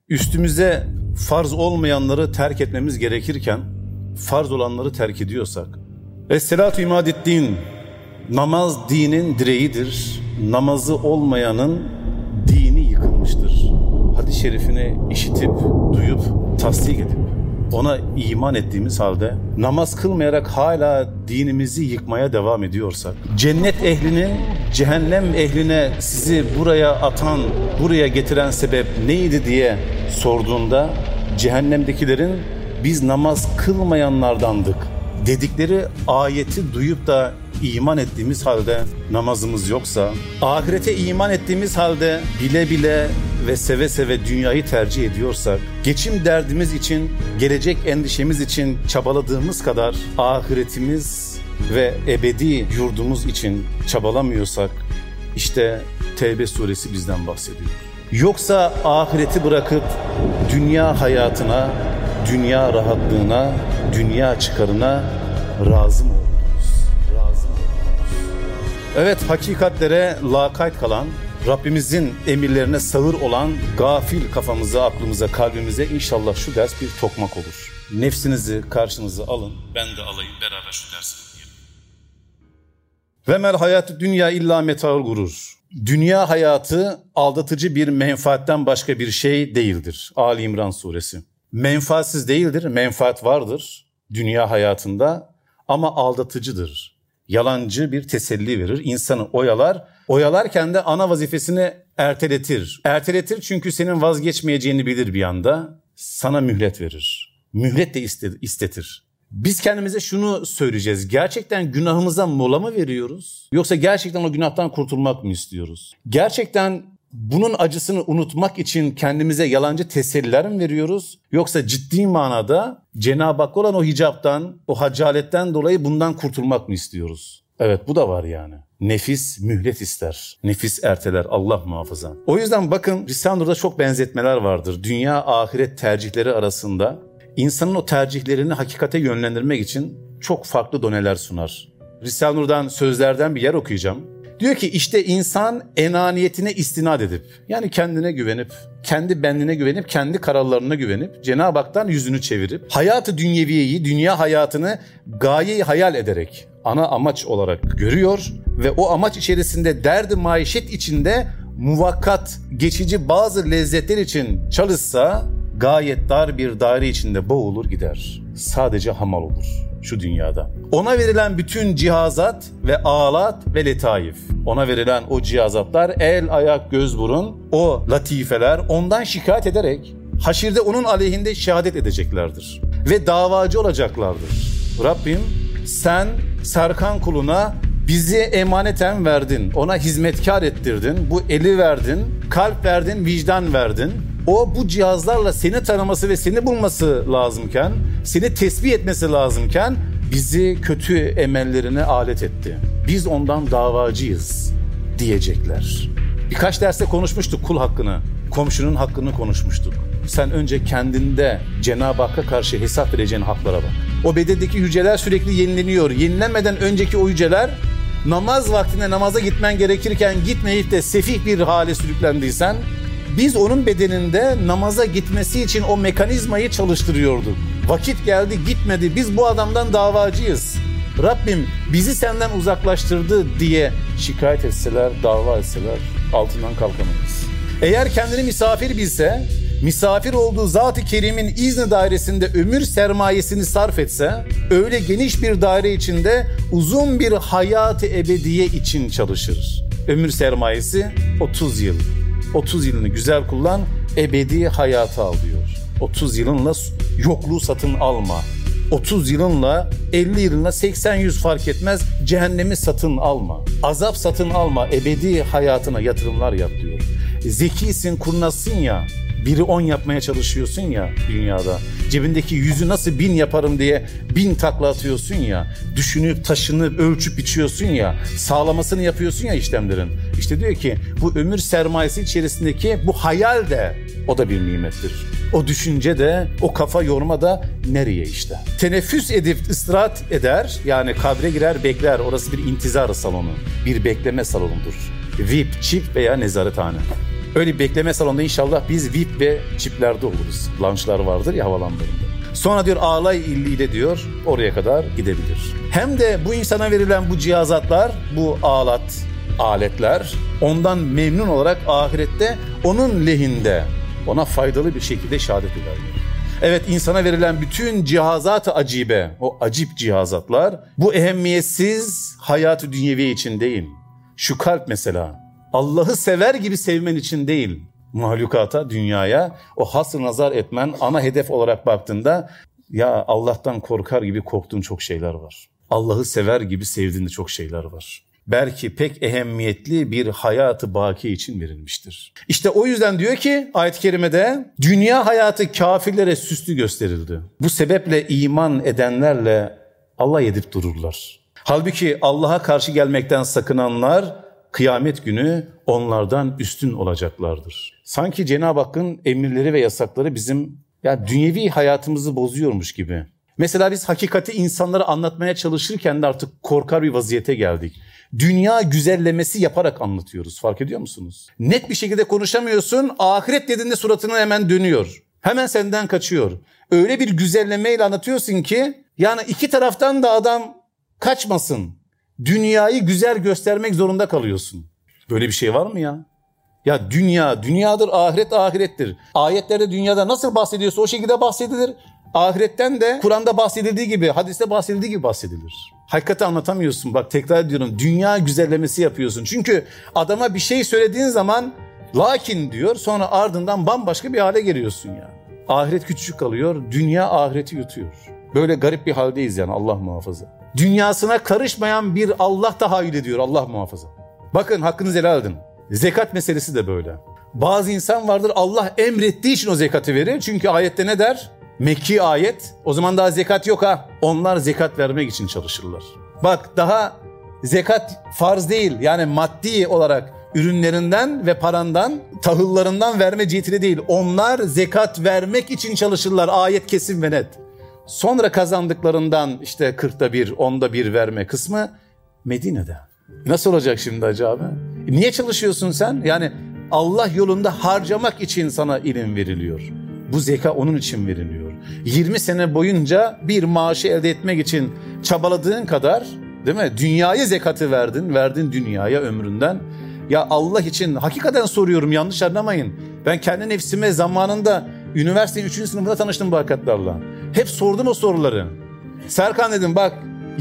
üstümüze farz olmayanları terk etmemiz gerekirken farz olanları terk ediyorsak, Es-selatu imadeddin, namaz dinin direğidir, namazı olmayanın dini yıkılmıştır. Hadis-i şerifini işitip, duyup, tasdik edip, ona iman ettiğimiz halde namaz kılmayarak hala dinimizi yıkmaya devam ediyorsak, cennet ehlinin cehennem ehline sizi buraya atan, buraya getiren sebep neydi diye sorduğunda, cehennemdekilerin biz namaz kılmayanlardandık dedikleri ayeti duyup da iman ettiğimiz halde namazımız yoksa, ahirete iman ettiğimiz halde bile bile ve seve seve dünyayı tercih ediyorsak, geçim derdimiz için, gelecek endişemiz için çabaladığımız kadar ahiretimiz ve ebedi yurdumuz için çabalamıyorsak, işte Tevbe suresi bizden bahsediyor. Yoksa ahireti bırakıp dünya hayatına, dünya rahatlığına, dünya çıkarına razı mı oldunuz? Evet, hakikatlere lakayt kalan, Rabbimizin emirlerine sağır olan gafil kafamıza, aklımıza, kalbimize inşallah şu ders bir tokmak olur. Nefsinizi karşınıza alın, ben de alayım, beraber şu dersi dinleyelim. Ve mel hayatü dünya illa metaul gurur. Dünya hayatı aldatıcı bir menfaatten başka bir şey değildir. Ali İmran suresi. Menfaatsiz değildir, menfaat vardır dünya hayatında ama aldatıcıdır. Yalancı bir teselli verir, insanı oyalar. Oyalarken de ana vazifesini erteletir. Erteletir çünkü senin vazgeçmeyeceğini bilir bir anda. Sana mühlet verir. Mühlet de istetir. Biz kendimize şunu söyleyeceğiz. Gerçekten günahımıza mola mı veriyoruz? Yoksa gerçekten o günahtan kurtulmak mı istiyoruz? Gerçekten bunun acısını unutmak için kendimize yalancı teselliler mi veriyoruz? Yoksa ciddi manada Cenab-ı Hakk'a olan o hicaptan, o hacaletten dolayı bundan kurtulmak mı istiyoruz? Evet, bu da var yani. Nefis mühlet ister. Nefis erteler, Allah muhafaza. O yüzden bakın Risale-i Nur'da çok benzetmeler vardır. Dünya ahiret tercihleri arasında insanın o tercihlerini hakikate yönlendirmek için çok farklı doneler sunar. Risale-i Nur'dan sözlerden bir yer okuyacağım. Diyor ki işte insan enaniyetine istinad edip, yani kendine güvenip, kendi benliğine güvenip, kendi kararlarına güvenip, Cenab-ı Hak'tan yüzünü çevirip, hayatı dünyeviyeyi, dünya hayatını gaye-i hayal ederek ana amaç olarak görüyor ve o amaç içerisinde derdi maişet içinde muvakkat, geçici bazı lezzetler için çalışsa, gayet dar bir daire içinde boğulur gider. Sadece hamal olur şu dünyada. Ona verilen bütün cihazat ve alat ve letaif, ona verilen o cihazatlar, el, ayak, göz, burun, o latifeler ondan şikayet ederek haşirde onun aleyhinde şehadet edeceklerdir. Ve davacı olacaklardır. Rabbim sen Serkan kuluna bizi emaneten verdin, ona hizmetkar ettirdin, bu eli verdin, kalp verdin, vicdan verdin. O bu cihazlarla seni tanıması ve seni bulması lazımken, seni tesbih etmesi lazımken bizi kötü emellerine alet etti. Biz ondan davacıyız diyecekler. Birkaç derste konuşmuştuk kul hakkını, komşunun hakkını konuşmuştuk. Sen önce kendinde Cenab-ı Hakk'a karşı hesap vereceğin haklara bak. O bedendeki hücreler sürekli yenileniyor. Yenilenmeden önceki o hücreler, namaz vaktinde namaza gitmen gerekirken gitmeyip de sefih bir hale sürüklendiysen, biz onun bedeninde namaza gitmesi için o mekanizmayı çalıştırıyorduk. Vakit geldi gitmedi, biz bu adamdan davacıyız. Rabbim bizi senden uzaklaştırdı diye şikayet etseler, dava etseler altından kalkamayız. Eğer kendini misafir bilse, misafir olduğu Zat-ı Kerim'in izni dairesinde ömür sermayesini sarf etse, öyle geniş bir daire içinde uzun bir hayat-ı ebediye için çalışır. Ömür sermayesi 30 yıl. 30 yılını güzel kullan, ebedi hayatı al diyor. 30 yılınla yokluğu satın alma. 30 yılınla, 50 yılınla, 80-100 fark etmez, cehennemi satın alma. Azap satın alma, ebedi hayatına yatırımlar yap diyor. Zekisin, kurnazsın ya, 1'i 10 yapmaya çalışıyorsun ya dünyada. Cebindeki 100'ü nasıl 1000 yaparım diye 1000 takla atıyorsun ya. Düşünüp, taşınıp, ölçüp biçiyorsun ya. Sağlamasını yapıyorsun ya işlemlerin. İşte diyor ki bu ömür sermayesi içerisindeki bu hayal de o da bir nimettir. O düşünce de, o kafa yorma da nereye işte. Teneffüs edip istirahat eder, yani kabre girer bekler. Orası bir intizar salonu, bir bekleme salonudur. VIP, çift veya nezarethane. Öyle bir bekleme salonunda inşallah biz VIP ve çiplerde oluruz. Lounge'lar vardır ya havalanlarında. Sonra diyor alay illiyle diyor oraya kadar gidebilir. Hem de bu insana verilen bu cihazatlar, bu aletler ondan memnun olarak ahirette onun lehinde, ona faydalı bir şekilde şehadet eder. Evet, insana verilen bütün cihazat-ı acibe, o acip cihazatlar bu ehemmiyetsiz hayat-ı dünyevi için değil. Şu kalp mesela Allah'ı sever gibi sevmen için değil. Mahlukata, dünyaya o hasr nazar etmen, ana hedef olarak baktığında ya Allah'tan korkar gibi korktuğun çok şeyler var. Allah'ı sever gibi sevdiğin de çok şeyler var. Belki pek ehemmiyetli bir hayatı baki için verilmiştir. İşte o yüzden diyor ki ayet-i kerimede dünya hayatı kafirlere süslü gösterildi. Bu sebeple iman edenlerle alay edip dururlar. Halbuki Allah'a karşı gelmekten sakınanlar kıyamet günü onlardan üstün olacaklardır. Sanki Cenab-ı Hakk'ın emirleri ve yasakları bizim dünyevi hayatımızı bozuyormuş gibi. Mesela biz hakikati insanlara anlatmaya çalışırken de artık korkar bir vaziyete geldik. Dünya güzellemesi yaparak anlatıyoruz. Fark ediyor musunuz? Net bir şekilde konuşamıyorsun. Ahiret dediğinde suratına hemen dönüyor. Hemen senden kaçıyor. Öyle bir güzellemeyle anlatıyorsun ki yani iki taraftan da adam kaçmasın. Dünyayı güzel göstermek zorunda kalıyorsun. Böyle bir şey var mı ya? Ya dünya dünyadır, ahiret ahirettir. Ayetlerde dünyada nasıl bahsediyorsa o şekilde bahsedilir. Ahiretten de Kur'an'da bahsedildiği gibi, hadiste bahsedildiği gibi bahsedilir. Hakikati anlatamıyorsun. Bak tekrar ediyorum, dünya güzellemesi yapıyorsun. Çünkü adama bir şey söylediğin zaman lakin diyor, sonra ardından bambaşka bir hale geliyorsun yani. Ahiret küçücük kalıyor, dünya ahireti yutuyor. Böyle garip bir haldeyiz yani, Allah muhafaza. Dünyasına karışmayan bir Allah tahayyül ediyor, Allah muhafaza. Bakın hakkınızı helal edin. Zekat meselesi de böyle. Bazı insan vardır, Allah emrettiği için o zekatı verir. Çünkü ayette ne der? Mekki ayet. O zaman daha zekat yok ha. Onlar zekat vermek için çalışırlar. Bak daha zekat farz değil. Yani maddi olarak ürünlerinden ve parandan, tahıllarından verme cihetiyle değil. Onlar zekat vermek için çalışırlar. Ayet kesin ve net. Sonra kazandıklarından işte 40'ta 1, 10'da 1 verme kısmı Medine'de. Nasıl olacak şimdi acaba? Niye çalışıyorsun sen? Yani Allah yolunda harcamak için sana ilim veriliyor. Bu zeka onun için veriliyor. 20 sene boyunca bir maaşı elde etmek için çabaladığın kadar, değil mi? Dünyayı zekatı verdin dünyaya ömründen. Ya Allah için hakikaten soruyorum, yanlış anlamayın. Ben kendi nefsime zamanında üniversite 3. sınıfında tanıştım bu hakikatlerle. Hep sordum o soruları. Serkan dedim bak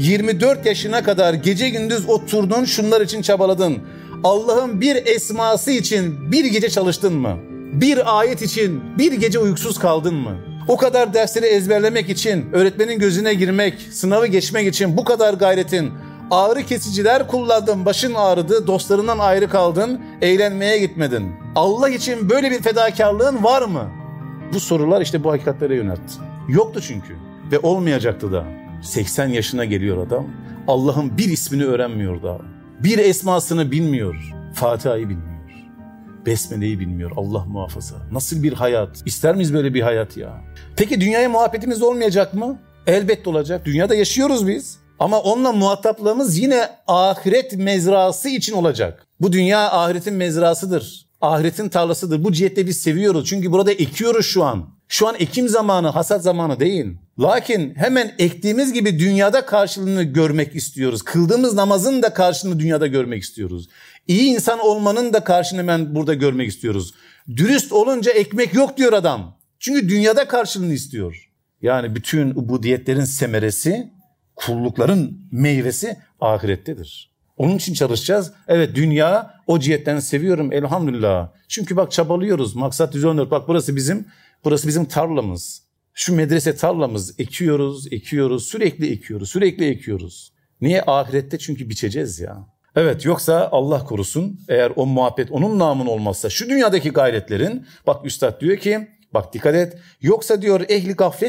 24 yaşına kadar gece gündüz oturdun, şunlar için çabaladın. Allah'ın bir esması için bir gece çalıştın mı? Bir ayet için bir gece uykusuz kaldın mı? O kadar dersleri ezberlemek için, öğretmenin gözüne girmek, sınavı geçmek için bu kadar gayretin, ağrı kesiciler kullandın, başın ağrıdı, dostlarından ayrı kaldın, eğlenmeye gitmedin. Allah için böyle bir fedakarlığın var mı? Bu sorular işte bu hakikatlere yöneltti. Yoktu çünkü ve olmayacaktı da. 80 yaşına geliyor adam, Allah'ın bir ismini öğrenmiyor daha. Bir esmasını bilmiyor, Fatiha'yı bilmiyor. Besmele'yi bilmiyor, Allah muhafaza. Nasıl bir hayat? İster miyiz böyle bir hayat ya? Peki dünyaya muhabbetimiz olmayacak mı? Elbette olacak. Dünyada yaşıyoruz biz. Ama onunla muhataplığımız yine ahiret mezrası için olacak. Bu dünya ahiretin mezrasıdır. Ahiretin tarlasıdır. Bu cihette biz seviyoruz. Çünkü burada ekiyoruz şu an. Şu an ekim zamanı, hasat zamanı değil. Lakin hemen ektiğimiz gibi dünyada karşılığını görmek istiyoruz. Kıldığımız namazın da karşılığını dünyada görmek istiyoruz. İyi insan olmanın da karşılığını hemen burada görmek istiyoruz. Dürüst olunca ekmek yok diyor adam. Çünkü dünyada karşılığını istiyor. Yani bütün ubudiyetlerin semeresi, kullukların meyvesi ahirettedir. Onun için çalışacağız. Evet, dünya o cihetten seviyorum elhamdülillah. Çünkü bak çabalıyoruz. Maksat 114. Bak burası bizim tarlamız. Şu medrese tarlamız. Ekiyoruz, sürekli ekiyoruz. Niye? Ahirette çünkü biçeceğiz ya. Evet, yoksa Allah korusun, eğer o muhabbet onun namına olmazsa şu dünyadaki gayretlerin, bak üstad diyor ki, bak dikkat et, yoksa diyor ehli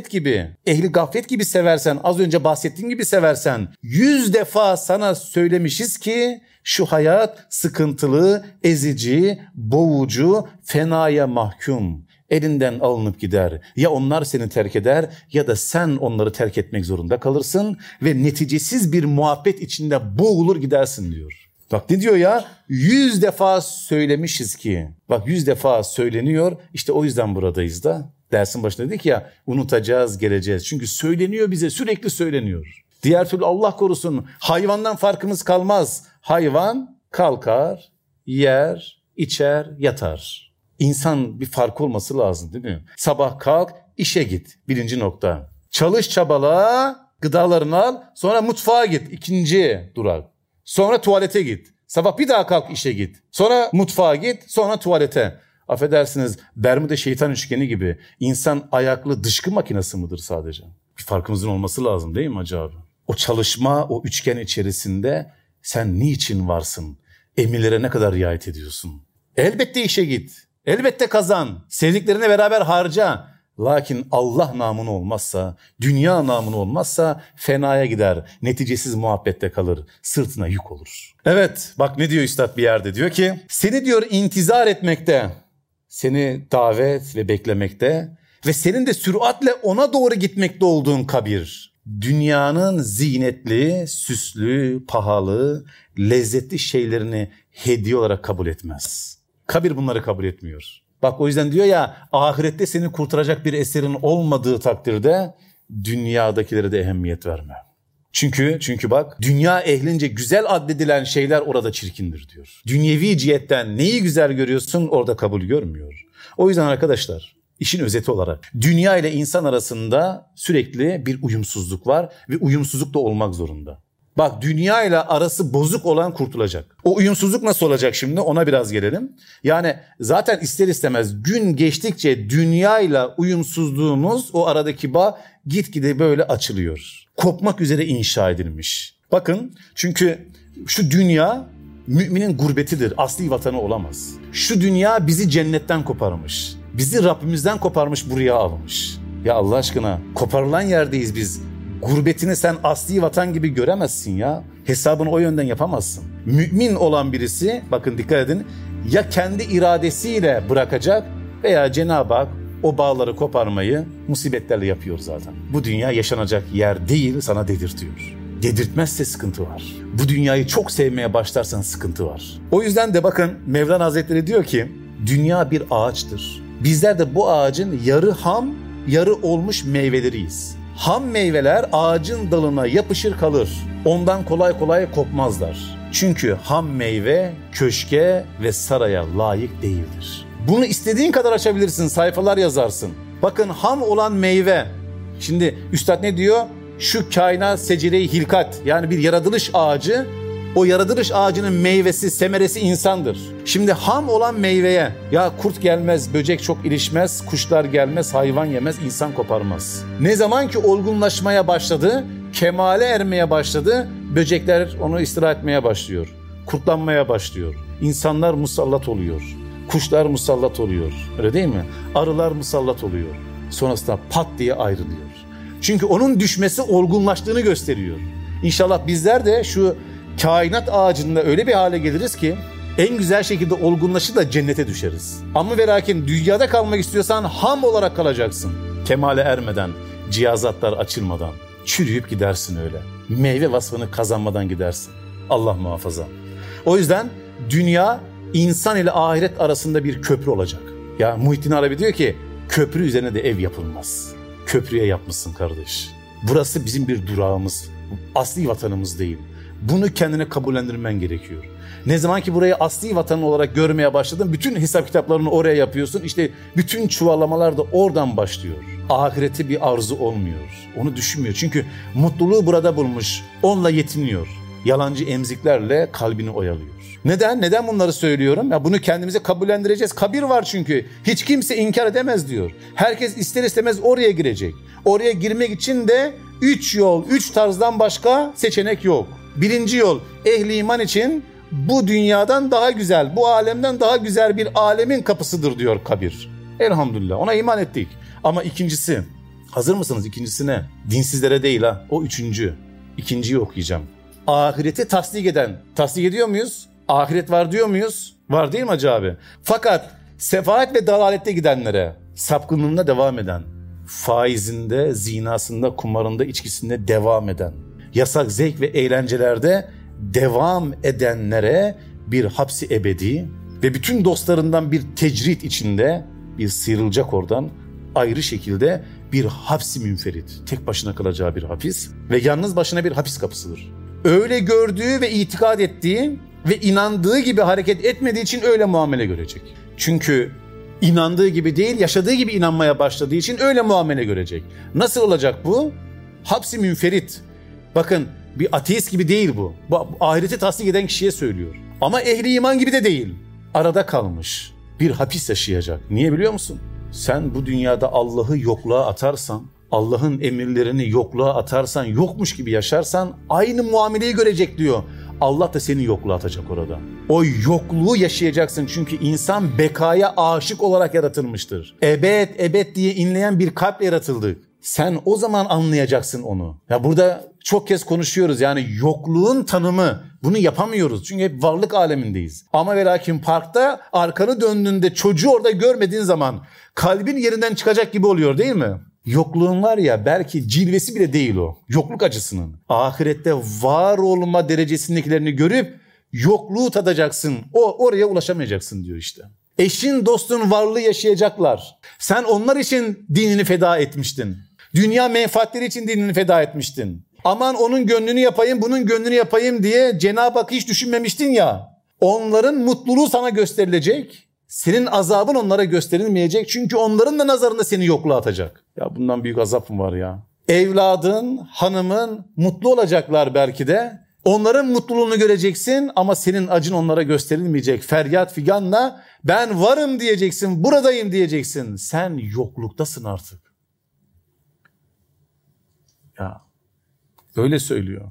gaflet gibi seversen, az önce bahsettiğim gibi seversen, 100 defa sana söylemişiz ki şu hayat sıkıntılı, ezici, boğucu, fenaya mahkum. Elinden alınıp gider. Ya onlar seni terk eder ya da sen onları terk etmek zorunda kalırsın ve neticesiz bir muhabbet içinde boğulur gidersin diyor. Bak ne diyor ya? 100 defa söylemişiz ki. Bak 100 defa söyleniyor. İşte o yüzden buradayız da. Dersin başında dedik ya, unutacağız, geleceğiz. Çünkü söyleniyor bize, sürekli söyleniyor. Diğer türlü Allah korusun hayvandan farkımız kalmaz. Hayvan kalkar, yer, içer, yatar. İnsan bir fark olması lazım değil mi? Sabah kalk, işe git. Birinci nokta. Çalış, çabala, gıdalarını al. Sonra mutfağa git. İkinci durak. Sonra tuvalete git. Sabah bir daha kalk, işe git. Sonra mutfağa git, sonra tuvalete. Affedersiniz, Bermuda şeytan üçgeni gibi insan ayaklı dışkı makinesi midir sadece? Bir farkımızın olması lazım değil mi Hacı abi? O çalışma, o üçgen içerisinde sen niçin varsın? Emirlere ne kadar riayet ediyorsun? Elbette işe git. Elbette kazan. Sevdiklerine beraber harca. Lakin Allah namını olmazsa, dünya namını olmazsa fenaya gider. Neticesiz muhabbette kalır. Sırtına yük olur. Evet, bak ne diyor üstad bir yerde. Diyor ki, seni diyor intizar etmekte, seni davet ve beklemekte ve senin de süratle ona doğru gitmekte olduğun kabir, dünyanın zinetli, süslü, pahalı, lezzetli şeylerini hediye olarak kabul etmez. Kabir bunları kabul etmiyor. Bak o yüzden diyor ya, ahirette seni kurtaracak bir eserin olmadığı takdirde dünyadakilere de ehemmiyet verme. Çünkü bak, dünya ehlince güzel addedilen şeyler orada çirkindir diyor. Dünyevi cihetten neyi güzel görüyorsun orada kabul görmüyor. O yüzden arkadaşlar, işin özeti olarak dünya ile insan arasında sürekli bir uyumsuzluk var ve uyumsuzluk da olmak zorunda. Bak dünya ile arası bozuk olan kurtulacak. O uyumsuzluk nasıl olacak şimdi? Ona biraz gelelim. Yani zaten ister istemez gün geçtikçe dünya ile uyumsuzluğumuz, o aradaki bağ gitgide böyle açılıyor. Kopmak üzere inşa edilmiş. Bakın çünkü şu dünya müminin gurbetidir. Asli vatanı olamaz. Şu dünya bizi cennetten koparmış. Bizi Rabbimizden koparmış, buraya almış. Ya Allah aşkına, koparılan yerdeyiz biz. Gurbetini sen asli vatan gibi göremezsin ya. Hesabını o yönden yapamazsın. Mümin olan birisi, bakın dikkat edin, ya kendi iradesiyle bırakacak veya Cenab-ı Hak o bağları koparmayı musibetlerle yapıyor zaten. Bu dünya yaşanacak yer değil, sana dedirtiyor. Dedirtmezse sıkıntı var. Bu dünyayı çok sevmeye başlarsan sıkıntı var. O yüzden de bakın Mevlana Hazretleri diyor ki, dünya bir ağaçtır. Bizler de bu ağacın yarı ham, yarı olmuş meyveleriyiz. Ham meyveler ağacın dalına yapışır kalır. Ondan kolay kolay kopmazlar. Çünkü ham meyve köşke ve saraya layık değildir. Bunu istediğin kadar açabilirsin, sayfalar yazarsın. Bakın ham olan meyve. Şimdi üstad ne diyor? Şu kainat secere-i hilkat, yani bir yaratılış ağacı, o yaratılış ağacının meyvesi, semeresi insandır. Şimdi ham olan meyveye ya kurt gelmez, böcek çok ilişmez, kuşlar gelmez, hayvan yemez, insan koparmaz. Ne zaman ki olgunlaşmaya başladı, kemale ermeye başladı, böcekler onu istila etmeye başlıyor. Kurtlanmaya başlıyor. İnsanlar musallat oluyor. Kuşlar musallat oluyor. Öyle değil mi? Arılar musallat oluyor. Sonrasında pat diye ayrılıyor. Çünkü onun düşmesi olgunlaştığını gösteriyor. İnşallah bizler de şu kainat ağacında öyle bir hale geliriz ki en güzel şekilde olgunlaşır da cennete düşeriz. Ama ve lakin dünyada kalmak istiyorsan ham olarak kalacaksın. Kemale ermeden, cihazatlar açılmadan çürüyüp gidersin öyle. Meyve vasfını kazanmadan gidersin. Allah muhafaza. O yüzden dünya insan ile ahiret arasında bir köprü olacak. Ya Muhittin Arabi diyor ki, köprü üzerine de ev yapılmaz. Köprüye yapmışsın kardeş. Burası bizim bir durağımız. Asli vatanımız değil. Bunu kendine kabullendirmen gerekiyor. Ne zaman ki burayı asli vatanın olarak görmeye başladın, bütün hesap kitaplarını oraya yapıyorsun. İşte bütün çuvallamalar da oradan başlıyor. Ahireti bir arzu olmuyor. Onu düşünmüyor. Çünkü mutluluğu burada bulmuş. Onunla yetiniyor. Yalancı emziklerle kalbini oyalıyor. Neden? Neden bunları söylüyorum? Ya bunu kendimize kabullendireceğiz. Kabir var çünkü. Hiç kimse inkar edemez diyor. Herkes ister istemez oraya girecek. Oraya girmek için de 3 yol, 3 tarzdan başka seçenek yok. Birinci yol, ehli iman için bu dünyadan daha güzel, bu alemden daha güzel bir alemin kapısıdır diyor kabir. Elhamdülillah, ona iman ettik. Ama ikincisi, hazır mısınız ikincisine? Dinsizlere değil ha, o üçüncü. İkinciyi okuyacağım. Ahireti tasdik eden, tasdik ediyor muyuz? Ahiret var diyor muyuz? Var değil mi Hacı abi? Fakat sefalet ve dalalette gidenlere, sapkınlığında devam eden, faizinde, zinasında, kumarında, içkisinde devam eden, yasak zevk ve eğlencelerde devam edenlere bir hapsi ebedi ve bütün dostlarından bir tecrit içinde bir sıyrılacak oradan ayrı şekilde bir hapsi münferit. Tek başına kalacağı bir hapis ve yalnız başına bir hapis kapısıdır. Öyle gördüğü ve itikad ettiği ve inandığı gibi hareket etmediği için öyle muamele görecek. Çünkü inandığı gibi değil, yaşadığı gibi inanmaya başladığı için öyle muamele görecek. Nasıl olacak bu? Hapsi münferit. Bakın, bir ateist gibi değil bu. Bu ahireti tasdik eden kişiye söylüyor. Ama ehli iman gibi de değil. Arada kalmış. Bir hapis yaşayacak. Niye biliyor musun? Sen bu dünyada Allah'ı yokluğa atarsan, Allah'ın emirlerini yokluğa atarsan, yokmuş gibi yaşarsan aynı muameleyi görecek diyor. Allah da seni yokluğa atacak orada. O yokluğu yaşayacaksın çünkü insan bekaya aşık olarak yaratılmıştır. Ebed, ebed diye inleyen bir kalple yaratıldık. Sen o zaman anlayacaksın onu. Ya burada çok kez konuşuyoruz, yani yokluğun tanımı. Bunu yapamıyoruz çünkü hep varlık alemindeyiz. Ama ve lakin parkta arkanı döndüğünde çocuğu orada görmediğin zaman kalbin yerinden çıkacak gibi oluyor, değil mi? Yokluğun var ya, belki cilvesi bile değil o. Yokluk acısının. Ahirette var olma derecesindekilerini görüp yokluğu tadacaksın. Oraya ulaşamayacaksın diyor işte. Eşin, dostun varlığı yaşayacaklar. Sen onlar için dinini feda etmiştin. Dünya menfaatleri için dinini feda etmiştin. Aman onun gönlünü yapayım, bunun gönlünü yapayım diye Cenab-ı Hakk'ı hiç düşünmemiştin ya. Onların mutluluğu sana gösterilecek. Senin azabın onlara gösterilmeyecek. Çünkü onların da nazarında seni yokluğa atacak. Ya bundan büyük azap mı var ya? Evladın, hanımın mutlu olacaklar belki de. Onların mutluluğunu göreceksin ama senin acın onlara gösterilmeyecek. Feryat figanla ben varım diyeceksin, buradayım diyeceksin. Sen yokluktasın artık. Ya öyle söylüyor.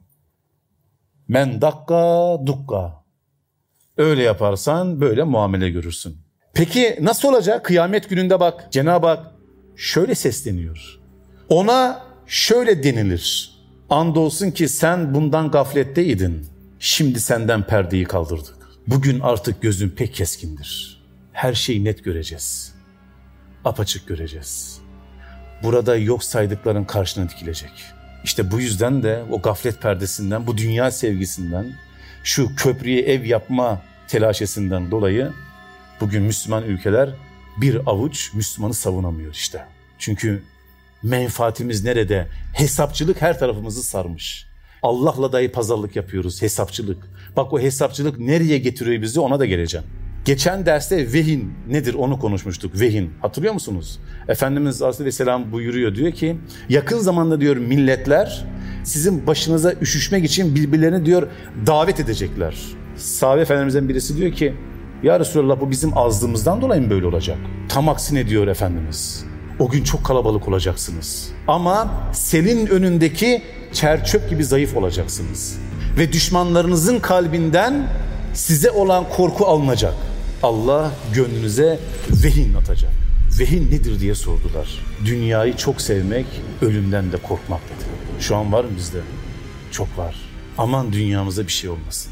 Men dakka dukka. Öyle yaparsan böyle muamele görürsün. Peki nasıl olacak? Kıyamet gününde bak, Cenab-ı Hak şöyle sesleniyor. Ona şöyle denilir. Andolsun ki sen bundan gafletteydin. Şimdi senden perdeyi kaldırdık. Bugün artık gözün pek keskindir. Her şeyi net göreceğiz. Apaçık göreceğiz. Burada yok saydıkların karşına dikilecek. İşte bu yüzden de o gaflet perdesinden, bu dünya sevgisinden, şu köprüye ev yapma telaşesinden dolayı bugün Müslüman ülkeler bir avuç Müslümanı savunamıyor işte. Çünkü menfaatimiz nerede? Hesapçılık her tarafımızı sarmış. Allah'la dahi pazarlık yapıyoruz, hesapçılık. Bak o hesapçılık nereye getiriyor bizi, ona da geleceğim. Geçen derste vehin nedir onu konuşmuştuk. Vehin, hatırlıyor musunuz? Efendimiz Aleyhisselam buyuruyor, diyor ki yakın zamanda diyor milletler sizin başınıza üşüşmek için birbirlerini diyor davet edecekler. Sahabe efendimizden birisi diyor ki ya Resulallah, bu bizim azlığımızdan dolayı mı böyle olacak? Tam aksine diyor Efendimiz. O gün çok kalabalık olacaksınız. Ama selin önündeki çerçöp gibi zayıf olacaksınız. Ve düşmanlarınızın kalbinden size olan korku alınacak. Allah gönlünüze vehin atacak. Vehin nedir diye sordular. Dünyayı çok sevmek, ölümden de korkmak dedi. Şu an var mı bizde? Çok var. Aman dünyamıza bir şey olmasın.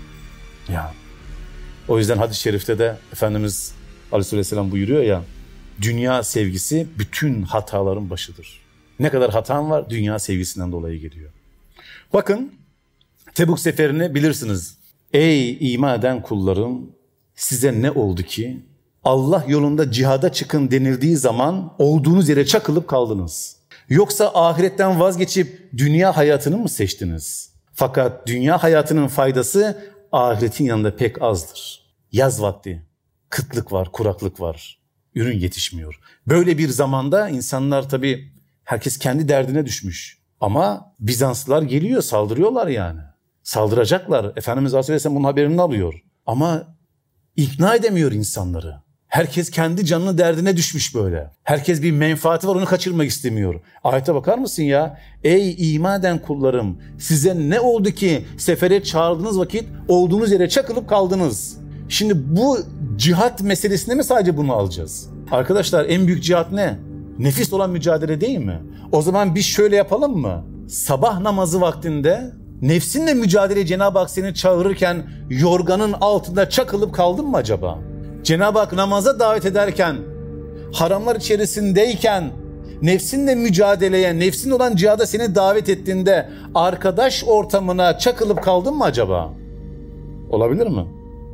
Ya. O yüzden hadis-i şerifte de Efendimiz Aleyhisselam buyuruyor ya, dünya sevgisi bütün hataların başıdır. Ne kadar hatan var, dünya sevgisinden dolayı geliyor. Bakın, Tebuk seferini bilirsiniz. Ey iman eden kullarım, size ne oldu ki Allah yolunda cihada çıkın denildiği zaman olduğunuz yere çakılıp kaldınız? Yoksa ahiretten vazgeçip dünya hayatını mı seçtiniz? Fakat dünya hayatının faydası ahiretin yanında pek azdır. Yaz vakti, kıtlık var, kuraklık var, ürün yetişmiyor. Böyle bir zamanda insanlar tabii herkes kendi derdine düşmüş. Ama Bizanslılar geliyor, saldırıyorlar yani. Saldıracaklar. Efendimiz Aleyhisselam bunun haberini alıyor. Ama ikna edemiyor insanları. Herkes kendi canının derdine düşmüş böyle. Herkes bir menfaati var, onu kaçırmak istemiyor. Ayete bakar mısın ya? Ey iman eden kullarım, size ne oldu ki sefere çağırdığınız vakit olduğunuz yere çakılıp kaldınız? Şimdi bu cihat meselesine mi sadece bunu alacağız? Arkadaşlar, en büyük cihat ne? Nefis olan mücadele değil mi? O zaman biz şöyle yapalım mı? Sabah namazı vaktinde nefsinle mücadele Cenab-ı Hak seni çağırırken yorganın altında çakılıp kaldın mı acaba? Cenab-ı Hak namaza davet ederken, haramlar içerisindeyken nefsinle mücadeleye, nefsin olan cihada seni davet ettiğinde arkadaş ortamına çakılıp kaldın mı acaba? Olabilir mi?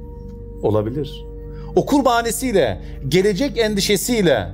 Olabilir. Okul bahanesiyle, gelecek endişesiyle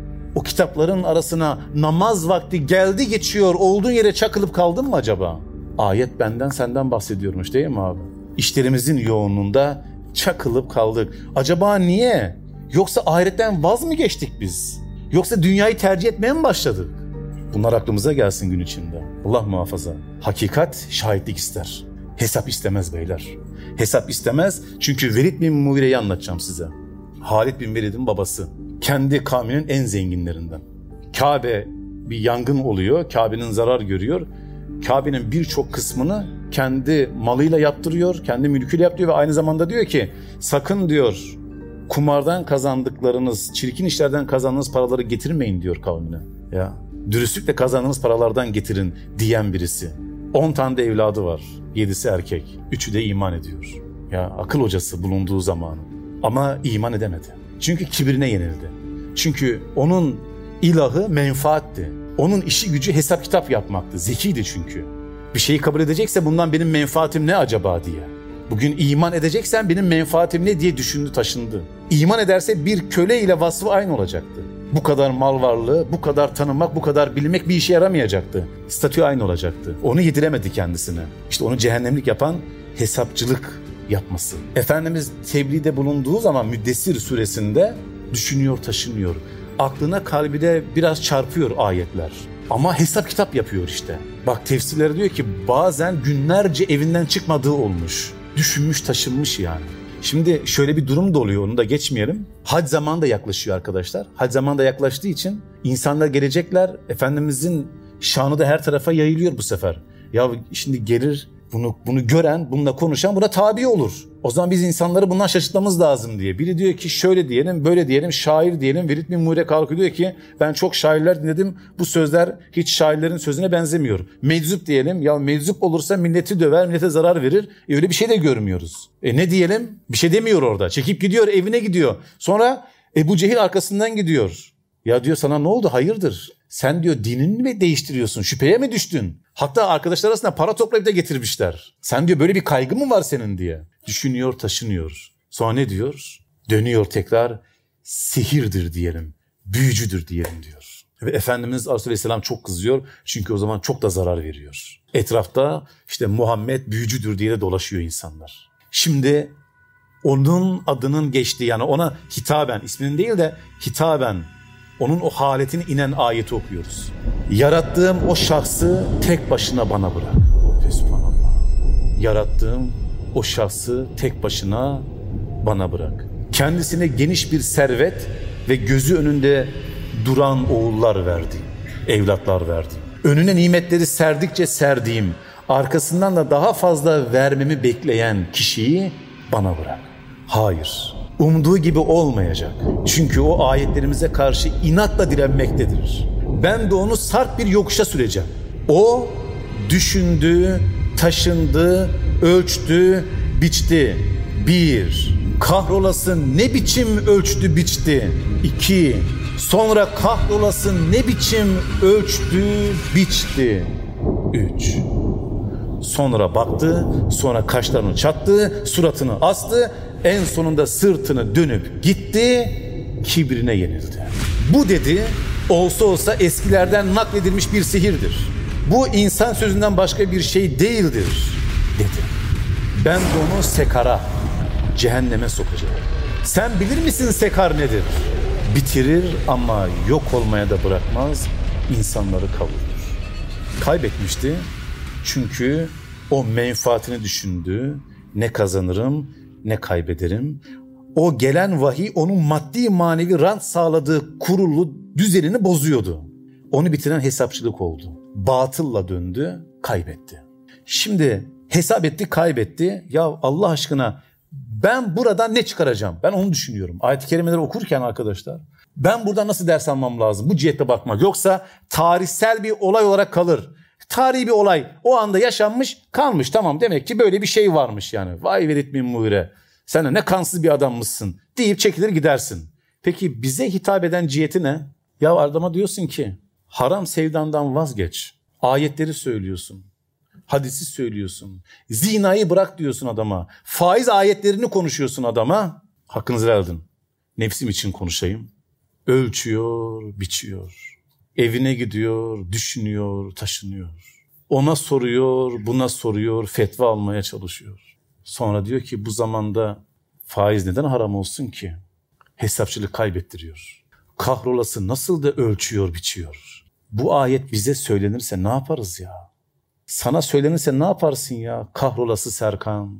o kitapların arasına namaz vakti geldi geçiyor olduğun yere çakılıp kaldın mı acaba? Ayet benden senden bahsediyormuş değil mi abi? İşlerimizin yoğunluğunda çakılıp kaldık. Acaba niye? Yoksa ahiretten vaz mı geçtik biz? Yoksa dünyayı tercih etmeye mi başladık? Bunlar aklımıza gelsin gün içinde. Allah muhafaza. Hakikat şahitlik ister. Hesap istemez beyler. Hesap istemez çünkü Velid bin Mugire'yi anlatacağım size. Halid bin Velid'in babası. Kendi kavminin en zenginlerinden. Kabe bir yangın oluyor. Kabe'nin zarar görüyor. Kabe'nin birçok kısmını kendi malıyla yaptırıyor. Kendi mülküyle yaptırıyor ve aynı zamanda diyor ki sakın diyor kumardan kazandıklarınız, çirkin işlerden kazandığınız paraları getirmeyin diyor kavmine. Ya dürüstlükle kazandığınız paralardan getirin diyen birisi. 10 tane de evladı var. 7'si erkek. 3'ü de iman ediyor. Ya akıl hocası bulunduğu zamanı. Ama iman edemedi. Çünkü kibirine yenildi. Çünkü onun ilahı menfaatti. Onun işi gücü hesap kitap yapmaktı. Zekiydi çünkü. Bir şeyi kabul edecekse bundan benim menfaatim ne acaba diye. Bugün iman edeceksen benim menfaatim ne diye düşündü taşındı. İman ederse bir köle ile vasfı aynı olacaktı. Bu kadar mal varlığı, bu kadar tanınmak, bu kadar bilmek bir işe yaramayacaktı. Statü aynı olacaktı. Onu yediremedi kendisine. İşte onu cehennemlik yapan hesapçılık yapması. Efendimiz tebliğde bulunduğu zaman Müddessir suresinde düşünüyor, taşınıyor. Aklına kalbine biraz çarpıyor ayetler. Ama hesap kitap yapıyor işte. Bak tefsirleri diyor ki bazen günlerce evinden çıkmadığı olmuş. Düşünmüş, taşınmış yani. Şimdi şöyle bir durum da oluyor, onu da geçmeyelim. Hac zamanı da yaklaşıyor arkadaşlar. Hac zamanı da yaklaştığı için insanlar gelecekler. Efendimizin şanı da her tarafa yayılıyor bu sefer. Ya şimdi gelir bunu gören, bununla konuşan buna tabi olur. O zaman biz insanları bundan şaşırtmamız lazım diye. Biri diyor ki şöyle diyelim, böyle diyelim, şair diyelim. Velid bin Mughire kalkıyor diyor ki ben çok şairler dinledim. Bu sözler hiç şairlerin sözüne benzemiyor. Meczup diyelim. Ya meczup olursa milleti döver, millete zarar verir. Öyle bir şey de görmüyoruz. Ne diyelim? Bir şey demiyor orada. Çekip gidiyor, evine gidiyor. Sonra Ebu Cehil arkasından gidiyor. Ya diyor sana ne oldu? Hayırdır? Sen diyor dinini mi değiştiriyorsun? Şüpheye mi düştün? Hatta arkadaşlar arasında para toplayıp da getirmişler. Sen diyor böyle bir kaygı mı var senin diye. Düşünüyor, taşınıyor. Sonra ne diyor? Dönüyor tekrar. Sihirdir diyelim. Büyücüdür diyelim diyor. Ve Efendimiz Aleyhisselam çok kızıyor. Çünkü o zaman çok da zarar veriyor. Etrafta işte Muhammed büyücüdür diye de dolaşıyor insanlar. Şimdi onun adının geçtiği yani ona hitaben, isminin değil de hitaben onun o haletine inen ayeti okuyoruz. Yarattığım o şahsı tek başına bana bırak. Fesubhanallah. Yarattığım o şahsı tek başına bana bırak. Kendisine geniş bir servet ve gözü önünde duran oğullar verdi. Evlatlar verdi. Önüne nimetleri serdikçe serdiğim, arkasından da daha fazla vermemi bekleyen kişiyi bana bırak. Hayır. Umduğu gibi olmayacak. Çünkü o ayetlerimize karşı inatla direnmektedir. Ben de onu sarp bir yokuşa süreceğim. O düşündü, taşındı, ölçtü, biçti. 1. Kahrolasın ne biçim ölçtü, biçti. 2. Sonra kahrolasın ne biçim ölçtü, biçti. 3. Sonra baktı, sonra kaşlarını çattı, suratını astı, en sonunda sırtını dönüp gitti, kibrine yenildi. Bu dedi, olsa olsa eskilerden nakledilmiş bir sihirdir. Bu insan sözünden başka bir şey değildir, dedi. Ben de onu sekara, cehenneme sokacağım. Sen bilir misin sekar nedir? Bitirir ama yok olmaya da bırakmaz, insanları kavurur. Kaybetmişti çünkü o menfaatini düşündü, ne kazanırım, ne kaybederim. O gelen vahiy onun maddi manevi rant sağladığı kurulu düzenini bozuyordu. Onu bitiren hesapçılık oldu. Batılla döndü, kaybetti. Şimdi hesap etti, kaybetti. Ya Allah aşkına ben buradan ne çıkaracağım? Ben onu düşünüyorum. Ayet-i kerimeleri okurken arkadaşlar, ben buradan nasıl ders almam lazım? Bu cihette bakmak. Yoksa tarihsel bir olay olarak kalır. Tarihi bir olay o anda yaşanmış kalmış, tamam, demek ki böyle bir şey varmış yani. Vay Velid bin Mughire, sen de ne kansız bir adammışsın deyip çekilir gidersin. Peki bize hitap eden ciheti ne? Ya adama diyorsun ki Haram sevdandan vazgeç. Ayetleri söylüyorsun. Hadisi söylüyorsun. Zinayı bırak diyorsun adama. Faiz ayetlerini konuşuyorsun adama. Hakkınızı helal edin. Nefsim için konuşayım. Ölçüyor, biçiyor. Evine gidiyor, düşünüyor, taşınıyor. Ona soruyor, buna soruyor, fetva almaya çalışıyor. Sonra diyor ki bu zamanda faiz neden haram olsun ki? Hesapçılık kaybettiriyor. Kahrolası nasıl da ölçüyor, biçiyor. Bu ayet bize söylenirse ne yaparız ya? Sana söylenirse ne yaparsın ya? Kahrolası Serkan.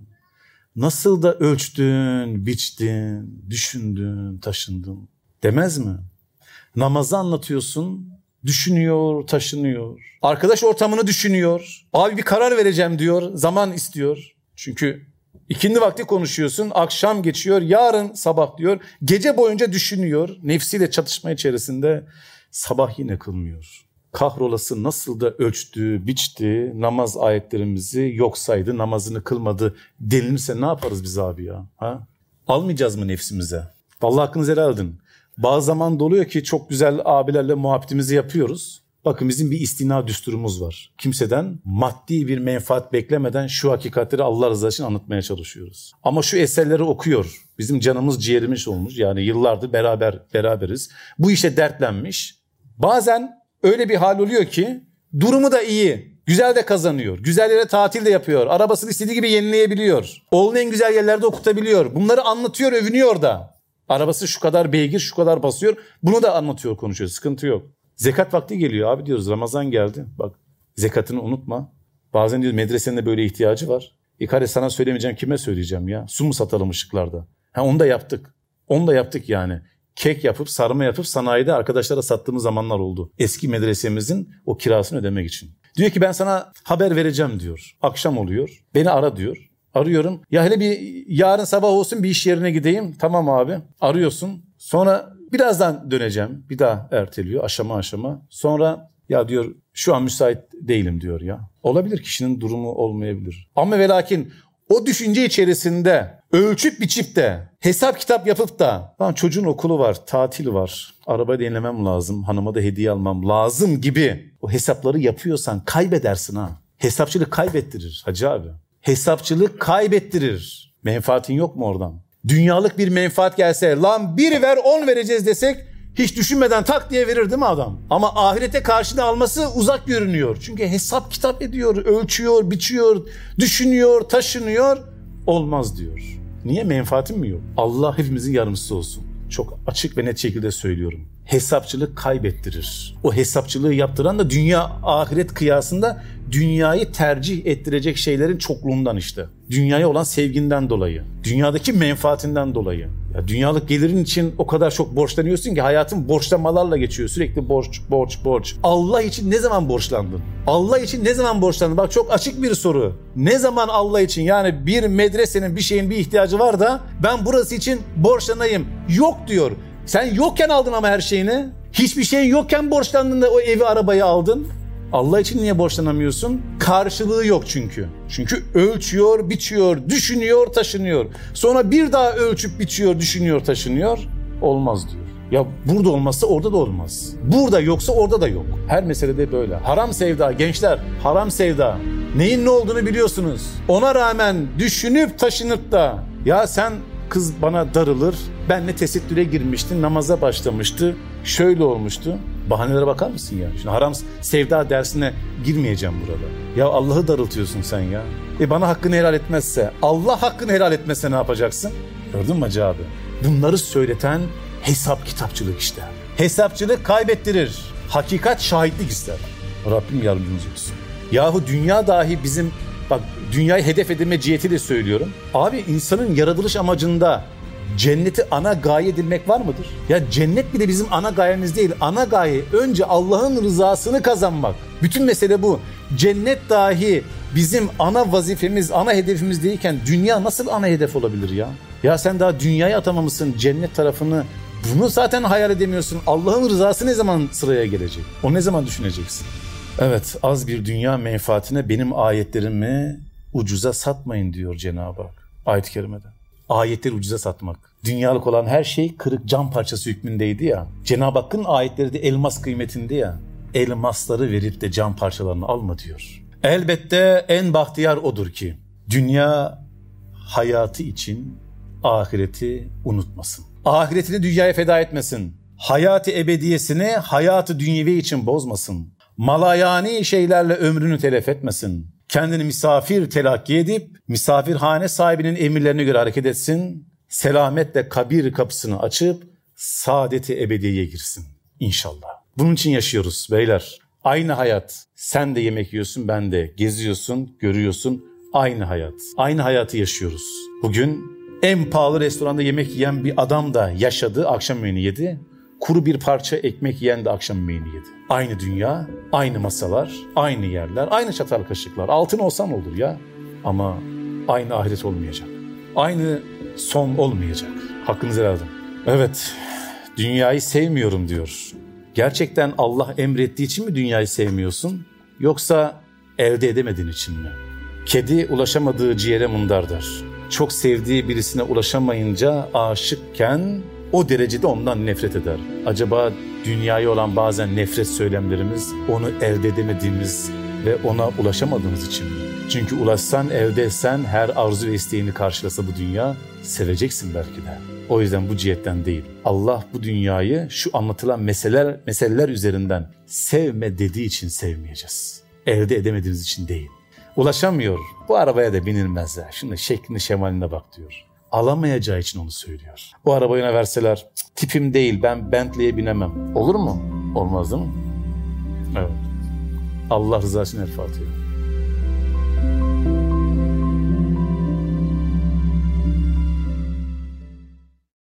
Nasıl da ölçtün, biçtin, düşündün, taşındın demez mi? Namazı anlatıyorsun, düşünüyor, taşınıyor. Arkadaş ortamını düşünüyor. Abi bir karar vereceğim diyor, zaman istiyor. Çünkü ikindi vakti konuşuyorsun, akşam geçiyor, yarın sabah diyor. Gece boyunca düşünüyor, nefsiyle çatışma içerisinde sabah yine kılmıyor. Kahrolası nasıl da ölçtü, biçti, namaz ayetlerimizi yok saydı, namazını kılmadı denilirse ne yaparız biz abi ya? Ha? Almayacağız mı nefsimize? Vallahi hakkınızı helal edin. Bazı zaman doluyor ki çok güzel abilerle muhabbetimizi yapıyoruz. Bakın bizim bir istina düsturumuz var. Kimseden maddi bir menfaat beklemeden şu hakikatleri Allah rızası için anlatmaya çalışıyoruz. Ama şu eserleri okuyor. Bizim canımız ciğerimiz olmuş. Yani yıllardır beraberiz. Bu işe dertlenmiş. Bazen öyle bir hal oluyor ki durumu da iyi. Güzel de kazanıyor. Güzel yere tatil de yapıyor. Arabasını istediği gibi yenileyebiliyor. Oğlunu en güzel yerlerde okutabiliyor. Bunları anlatıyor, övünüyor da. Arabası şu kadar beygir, şu kadar basıyor. Bunu da anlatıyor, konuşuyor. Sıkıntı yok. Zekat vakti geliyor abi diyoruz. Ramazan geldi. Bak zekatını unutma. Bazen diyor medresenin de böyle ihtiyacı var. İkare sana söylemeyeceğim, kime söyleyeceğim ya? Su mu satalım ışıklarda? Onu da yaptık. Onu da yaptık yani. Kek yapıp, sarma yapıp sanayide arkadaşlara sattığımız zamanlar oldu. Eski medresemizin o kirasını ödemek için. Diyor ki ben sana haber vereceğim diyor. Akşam oluyor. Beni ara diyor. Arıyorum. Ya hele bir yarın sabah olsun bir iş yerine gideyim. Tamam abi. Arıyorsun. Sonra birazdan döneceğim. Bir daha erteliyor aşama aşama. Sonra ya diyor şu an müsait değilim diyor ya. Olabilir, kişinin durumu olmayabilir. Ama ve lakin o düşünce içerisinde ölçüp biçip de hesap kitap yapıp da lan çocuğun okulu var, tatil var, arabayı da yenilemem lazım, hanıma da hediye almam lazım gibi o hesapları yapıyorsan kaybedersin ha. Hesapçılık kaybettirir hacı abi. Hesapçılık kaybettirir. Menfaatin yok mu oradan? Dünyalık bir menfaat gelse lan 1 ver 10 vereceğiz desek hiç düşünmeden tak diye verir değil mi adam? Ama ahirete karşına alması uzak görünüyor. Çünkü hesap kitap ediyor, ölçüyor, biçiyor, düşünüyor, taşınıyor. Olmaz diyor. Niye? Menfaatin mi yok? Allah hepimizin yardımcısı olsun. Çok açık ve net şekilde söylüyorum. Hesapçılık kaybettirir. O hesapçılığı yaptıran da dünya ahiret kıyasında dünyayı tercih ettirecek şeylerin çokluğundan işte. Dünyaya olan sevginden dolayı. Dünyadaki menfaatinden dolayı. Ya dünyalık gelirin için o kadar çok borçlanıyorsun ki hayatın borçlamalarla geçiyor. Sürekli borç. Allah için ne zaman borçlandın? Allah için ne zaman borçlandın? Bak çok açık bir soru. Ne zaman Allah için? Yani bir medresenin bir şeyin bir ihtiyacı var da ben burası için borçlanayım. Yok diyor. Sen yokken aldın ama her şeyini. Hiçbir şeyin yokken borçlandın da o evi arabayı aldın. Allah için niye borçlanamıyorsun? Karşılığı yok çünkü. Çünkü ölçüyor, biçiyor, düşünüyor, taşınıyor. Sonra bir daha ölçüp biçiyor, düşünüyor, taşınıyor. Olmaz diyor. Ya burada olmazsa orada da olmaz. Burada yoksa orada da yok. Her meselede böyle. Haram sevda gençler, haram sevda. Neyin ne olduğunu biliyorsunuz. Ona rağmen düşünüp taşınıp da ya sen kız bana darılır, benle tesettüre girmişti, namaza başlamıştı, şöyle olmuştu. Bahanelere bakar mısın ya? Şimdi haram sevda dersine girmeyeceğim burada. Ya Allah'ı darıltıyorsun sen ya. Bana hakkını helal etmezse, Allah hakkını helal etmezse ne yapacaksın? Gördün mü hacı abi? Bunları söyleten hesap kitapçılık işte. Hesapçılık kaybettirir. Hakikat şahitlik ister. Rabbim yardımcımız olsun. Yahu dünya dahi bizim, bak dünyayı hedef edilme cihetiyle söylüyorum. Abi insanın yaratılış amacında cenneti ana gaye edilmek var mıdır? Ya cennet bile bizim ana gayemiz değil. Ana gaye önce Allah'ın rızasını kazanmak. Bütün mesele bu. Cennet dahi bizim ana vazifemiz, ana hedefimiz değilken dünya nasıl ana hedef olabilir ya? Ya sen daha dünyaya atamamışsın cennet tarafını. Bunu zaten hayal edemiyorsun. Allah'ın rızası ne zaman sıraya gelecek? O ne zaman düşüneceksin? Evet, az bir dünya menfaatine benim ayetlerimi ucuza satmayın diyor Cenab-ı Hak ayet-i kerimede. Ayetleri ucuza satmak. Dünyalık olan her şey kırık cam parçası hükmündeydi ya. Cenab-ı Hakk'ın ayetleri de elmas kıymetinde ya. elmasları verip de can parçalarını alma diyor. Elbette en bahtiyar odur ki dünya hayatı için ahireti unutmasın. Ahiretini dünyaya feda etmesin. Hayatı ebediyesini hayatı dünyevi için bozmasın. Malayani şeylerle ömrünü telef etmesin. Kendini misafir telakki edip misafirhane sahibinin emirlerine göre hareket etsin. Selametle kabir kapısını açıp saadeti ebediyeye girsin. İnşallah. Bunun için yaşıyoruz beyler. Aynı hayat. Sen de yemek yiyorsun, ben de. Geziyorsun, görüyorsun. Aynı hayat. Aynı hayatı yaşıyoruz. Bugün en pahalı restoranda yemek yiyen bir adam da yaşadı, akşam yemeğini yedi. Kuru bir parça ekmek yiyen de akşam yemeğini yedi. Aynı dünya, aynı masalar, aynı yerler, aynı çatal kaşıklar. Altın olsa ne olur ya? Ama aynı ahiret olmayacak. Aynı son olmayacak. Hakkınızı helal edin. Evet, dünyayı sevmiyorum diyor. Gerçekten Allah emrettiği için mi dünyayı sevmiyorsun? Yoksa elde edemediğin için mi? Kedi ulaşamadığı ciğere mındar der. Çok sevdiği birisine ulaşamayınca aşıkken o derecede ondan nefret eder. Acaba dünyaya olan bazen nefret söylemlerimiz onu elde edemediğimiz ve ona ulaşamadığımız için mi? Çünkü ulaşsan, elde etsen, her arzu ve isteğini karşılasa bu dünya, seveceksin belki de. O yüzden bu cihetten değil. Allah bu dünyayı şu anlatılan meseleler üzerinden sevme dediği için sevmeyeceğiz. Elde edemediğimiz için değil. Ulaşamıyor. Bu arabaya da binilmez ya. Şunun şeklini şemaline bak diyor. Alamayacağı için onu söylüyor. O arabayı ona verseler, tipim değil, ben Bentley'e binemem. Olur mu? Olmaz değil mi? Evet. Allah rızası için El Fatiha.